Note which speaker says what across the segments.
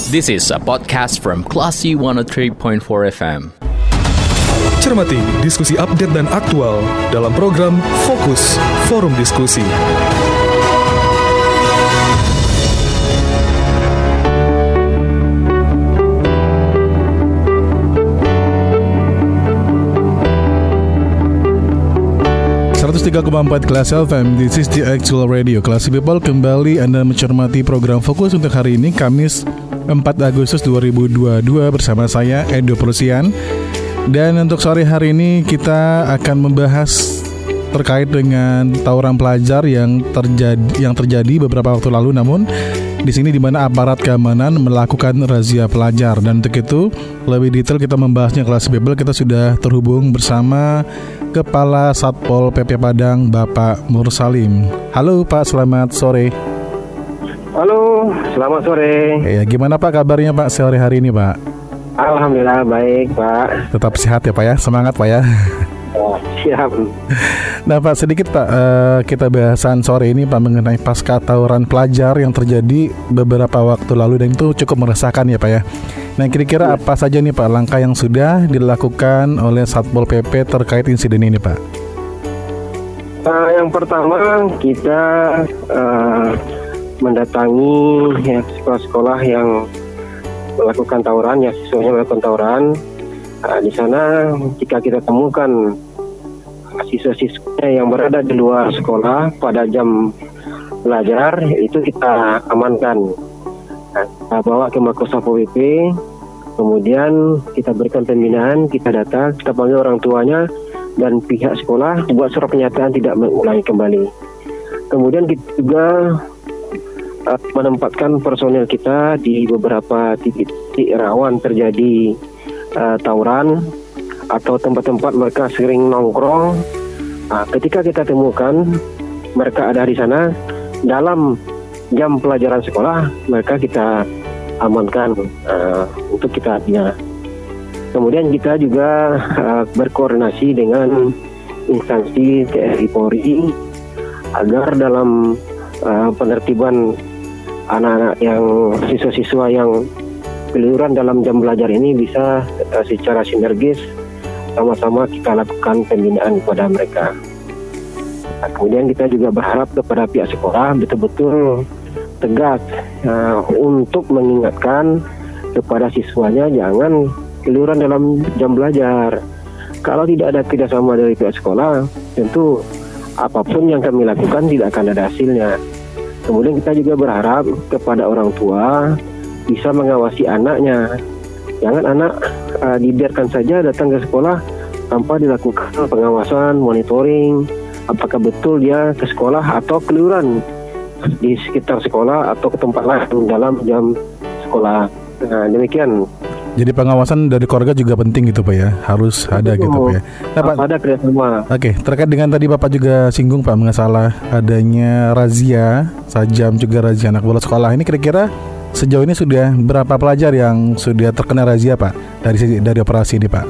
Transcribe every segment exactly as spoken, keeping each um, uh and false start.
Speaker 1: This is a podcast from Classy one oh three point four F M.
Speaker 2: Cermati diskusi update dan aktual dalam program Fokus Forum Diskusi. seratus tiga koma empat Classy F M, this is the actual radio. Classy People, kembali Anda mencermati program Fokus untuk hari ini, Kamis empat Agustus dua ribu dua puluh dua, bersama saya Edo Prusian. Dan untuk sore hari ini kita akan membahas terkait dengan tawuran pelajar yang terjadi yang terjadi beberapa waktu lalu, namun di sini di mana aparat keamanan melakukan razia pelajar. Dan untuk itu lebih detail kita membahasnya Classy People, kita sudah terhubung bersama Kepala Satpol P P Padang, Bapak Mursalim. Halo Pak, selamat sore.
Speaker 3: Halo, selamat sore.
Speaker 2: Ya, gimana Pak kabarnya Pak sore hari ini Pak?
Speaker 3: Alhamdulillah baik Pak.
Speaker 2: Tetap sehat ya Pak ya, semangat Pak ya.
Speaker 3: Oh, siap.
Speaker 2: Nah Pak, sedikit Pak, uh, kita bahasan sore ini Pak mengenai pasca tawuran pelajar yang terjadi beberapa waktu lalu dan itu cukup meresahkan ya Pak ya. Nah kira-kira ya, apa saja nih Pak langkah yang sudah dilakukan oleh Satpol P P terkait insiden ini Pak?
Speaker 3: Uh, yang pertama kita uh, mendatangi ya, sekolah-sekolah yang melakukan tawuran, ya siswanya melakukan tawuran. Nah, di sana jika kita temukan siswa-siswa yang berada di luar sekolah pada jam belajar, itu kita amankan. Nah, kita bawa ke Mako Satpol P P, kemudian kita berikan pembinaan, kita data, kita panggil orang tuanya dan pihak sekolah buat surat pernyataan tidak mengulangi kembali. Kemudian kita juga uh, menempatkan personel kita di beberapa titik rawan terjadi uh, tawuran atau tempat-tempat mereka sering nongkrong. Nah, ketika kita temukan mereka ada di sana dalam jam pelajaran sekolah, mereka kita amankan uh, untuk kita ya. Kemudian kita juga uh, berkoordinasi dengan instansi T N I Polri agar dalam uh, penertiban anak-anak yang siswa-siswa yang keliruan dalam jam belajar ini bisa uh, secara sinergis sama-sama kita lakukan pembinaan kepada mereka. Nah, kemudian kita juga berharap kepada pihak sekolah betul-betul tegas uh, untuk mengingatkan kepada siswanya jangan keliruan dalam jam belajar. Kalau tidak ada kerjasama dari pihak sekolah, tentu apapun yang kami lakukan tidak akan ada hasilnya. Kemudian kita juga berharap kepada orang tua bisa mengawasi anaknya. Jangan anak uh, dibiarkan saja datang ke sekolah tanpa dilakukan pengawasan, monitoring, apakah betul dia ke sekolah atau keliruan di sekitar sekolah atau ke tempat lain dalam jam sekolah. Nah, demikian.
Speaker 2: Jadi pengawasan dari keluarga juga penting gitu Pak ya, harus ada oh, gitu Pak ya. Nah, Pak,
Speaker 3: ada kerjasama.
Speaker 2: Oke, terkait dengan tadi Bapak juga singgung Pak mengenai adanya razia sajam juga razia anak bola sekolah ini, kira-kira sejauh ini sudah berapa pelajar yang sudah terkena razia Pak dari dari operasi ini Pak?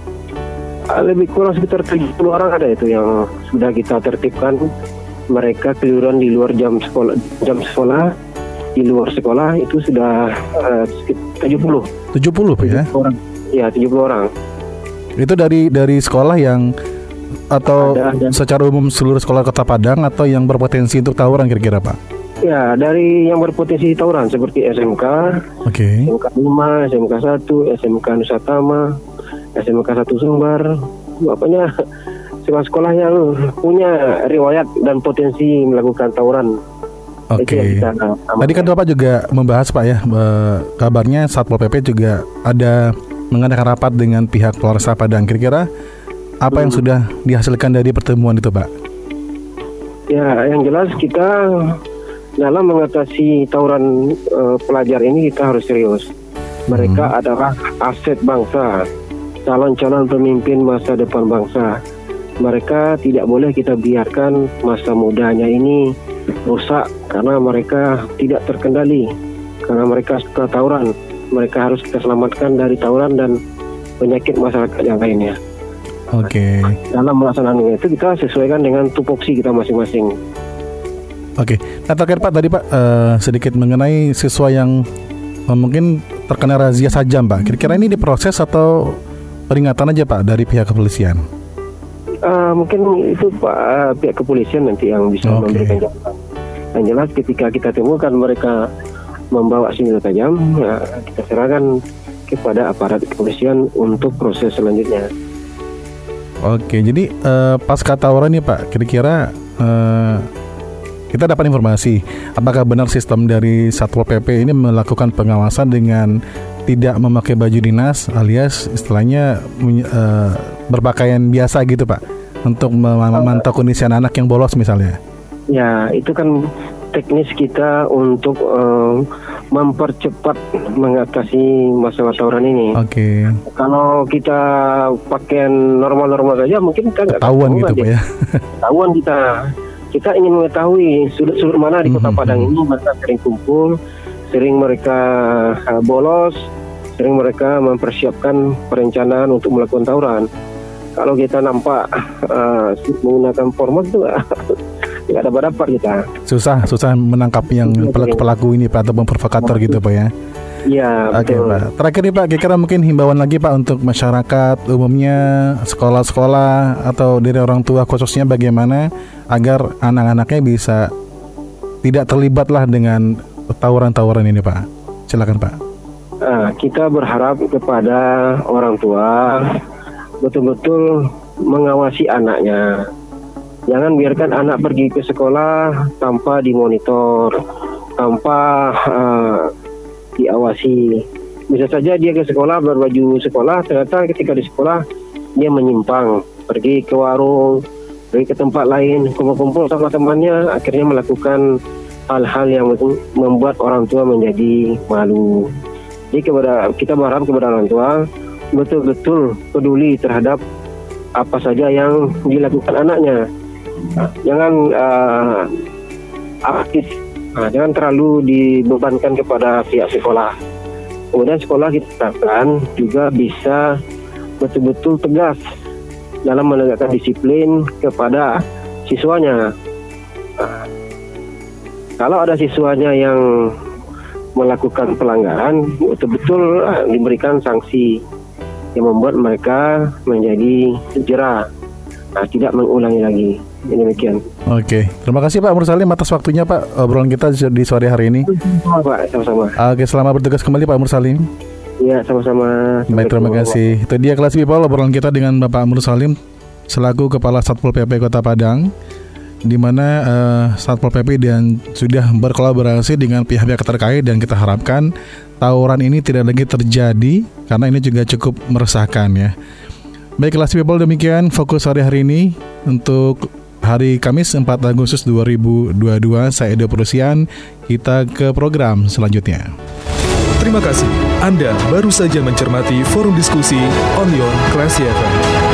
Speaker 3: Lebih kurang sekitar tujuh puluh orang ada itu yang sudah kita tertibkan. Mereka keliruan di luar jam sekolah, jam sekolah di luar sekolah itu sudah uh, tujuh puluh.
Speaker 2: tujuh puluh Pak ya?
Speaker 3: Orang. Ya, tujuh puluh orang.
Speaker 2: Itu dari dari sekolah yang atau ada, ada. secara umum seluruh sekolah Kota Padang atau yang berpotensi untuk tawuran kira-kira Pak?
Speaker 3: Ya, dari yang berpotensi tawuran seperti S M K,
Speaker 2: okay.
Speaker 3: S M K lima, S M K satu, S M K Nusa Tama, S M K satu Sumbar, bapaknya sekolah-sekolah yang punya riwayat dan potensi melakukan tawuran.
Speaker 2: Oke. Okay. Tadi kan Bapak juga membahas Pak ya, kabarnya Satpol P P juga ada mengadakan rapat dengan pihak Polresta Padang. Kira-kira apa hmm. yang sudah dihasilkan dari pertemuan itu Pak?
Speaker 3: Ya, yang jelas kita dalam mengatasi tawuran uh, pelajar ini kita harus serius. Mereka hmm. adalah aset bangsa, calon-calon pemimpin masa depan bangsa. Mereka tidak boleh kita biarkan masa mudanya ini rusak karena mereka tidak terkendali, karena mereka suka tawuran. Mereka harus kita selamatkan dari tawuran dan penyakit masyarakat yang lainnya.
Speaker 2: Oke. Okay.
Speaker 3: Dalam melaksanakan itu kita sesuaikan dengan tupoksi kita masing-masing.
Speaker 2: Oke. Okay. Nah terakhir Pak tadi Pak uh, sedikit mengenai siswa yang uh, mungkin terkena razia sajam Pak. Kira-kira ini diproses atau peringatan aja Pak dari pihak kepolisian?
Speaker 3: Uh, mungkin itu Pak uh, pihak kepolisian nanti yang bisa okay. memberikan jawaban. Yang jelas ketika kita temukan mereka membawa senjata tajam, ya, kita serahkan kepada aparat kepolisian untuk proses selanjutnya.
Speaker 2: Oke, jadi uh, pasca tawuran nih Pak, kira-kira uh, kita dapat informasi apakah benar sistem dari Satpol P P ini melakukan pengawasan dengan tidak memakai baju dinas alias istilahnya uh, berpakaian biasa gitu Pak untuk memantau kondisi anak yang bolos misalnya?
Speaker 3: Ya, itu kan teknis kita untuk uh, mempercepat mengatasi masalah tawuran ini.
Speaker 2: Oke. Okay.
Speaker 3: Kalau kita pakaian normal-normal saja mungkin kita nggak
Speaker 2: ketahuan gitu Pak ya.
Speaker 3: Ketahuan kita. Kita ingin mengetahui sudut-sudut mana di Kota Padang ini mereka sering kumpul, sering mereka uh, bolos, sering mereka mempersiapkan perencanaan untuk melakukan tawuran. Kalau kita nampak uh, menggunakan formal itu nggak dapat-dapat kita. Susah,
Speaker 2: susah menangkap yang pelaku-pelaku ini Pak ataupun provokator gitu Pak ya.
Speaker 3: Iya.
Speaker 2: Oke okay, Pak. Terakhir nih Pak, kira-kira mungkin himbauan lagi Pak untuk masyarakat umumnya, sekolah-sekolah atau dari orang tua khususnya bagaimana agar anak-anaknya bisa tidak terlibat lah dengan tawuran-tawuran ini Pak. Silakan Pak.
Speaker 3: Nah, kita berharap kepada orang tua betul-betul mengawasi anaknya. Jangan biarkan anak pergi ke sekolah tanpa dimonitor, tanpa uh, diawasi. Bisa saja dia ke sekolah berbaju sekolah, ternyata ketika di sekolah dia menyimpang, pergi ke warung, pergi ke tempat lain, kumpul-kumpul sama temannya, akhirnya melakukan hal-hal yang membuat orang tua menjadi malu. Jadi kepada kita berharap kepada orang tua betul-betul peduli terhadap apa saja yang dilakukan anaknya. Jangan uh, aktif, nah, jangan terlalu dibebankan kepada pihak sekolah. Kemudian sekolah kita kan juga bisa betul-betul tegas dalam menegakkan disiplin kepada siswanya. Nah, kalau ada siswanya yang melakukan pelanggaran, betul-betul uh, diberikan sanksi yang membuat mereka menjadi jerah. Nah, tidak mengulangi lagi. Demikian.
Speaker 2: Oke, terima kasih Pak Mursalim atas waktunya Pak obrolan kita di sore hari ini.
Speaker 3: Pak, sama-sama.
Speaker 2: Oke, selamat bertugas kembali Pak Mursalim.
Speaker 3: Iya, sama-sama.
Speaker 2: Baik, terima kasih. Itu dia Kelas People obrolan kita dengan Bapak Mursalim selaku Kepala Satpol P P Kota Padang, di mana uh, Satpol P P dan sudah berkolaborasi dengan pihak-pihak terkait dan kita harapkan tawuran ini tidak lagi terjadi karena ini juga cukup meresahkan ya. Baik Kelas People, demikian fokus hari hari ini untuk hari Kamis empat Agustus dua ribu dua puluh dua. Saya Edo Prusian. Kita ke program selanjutnya.
Speaker 4: Terima kasih. Anda baru saja mencermati forum diskusi Onlyon Classy F M.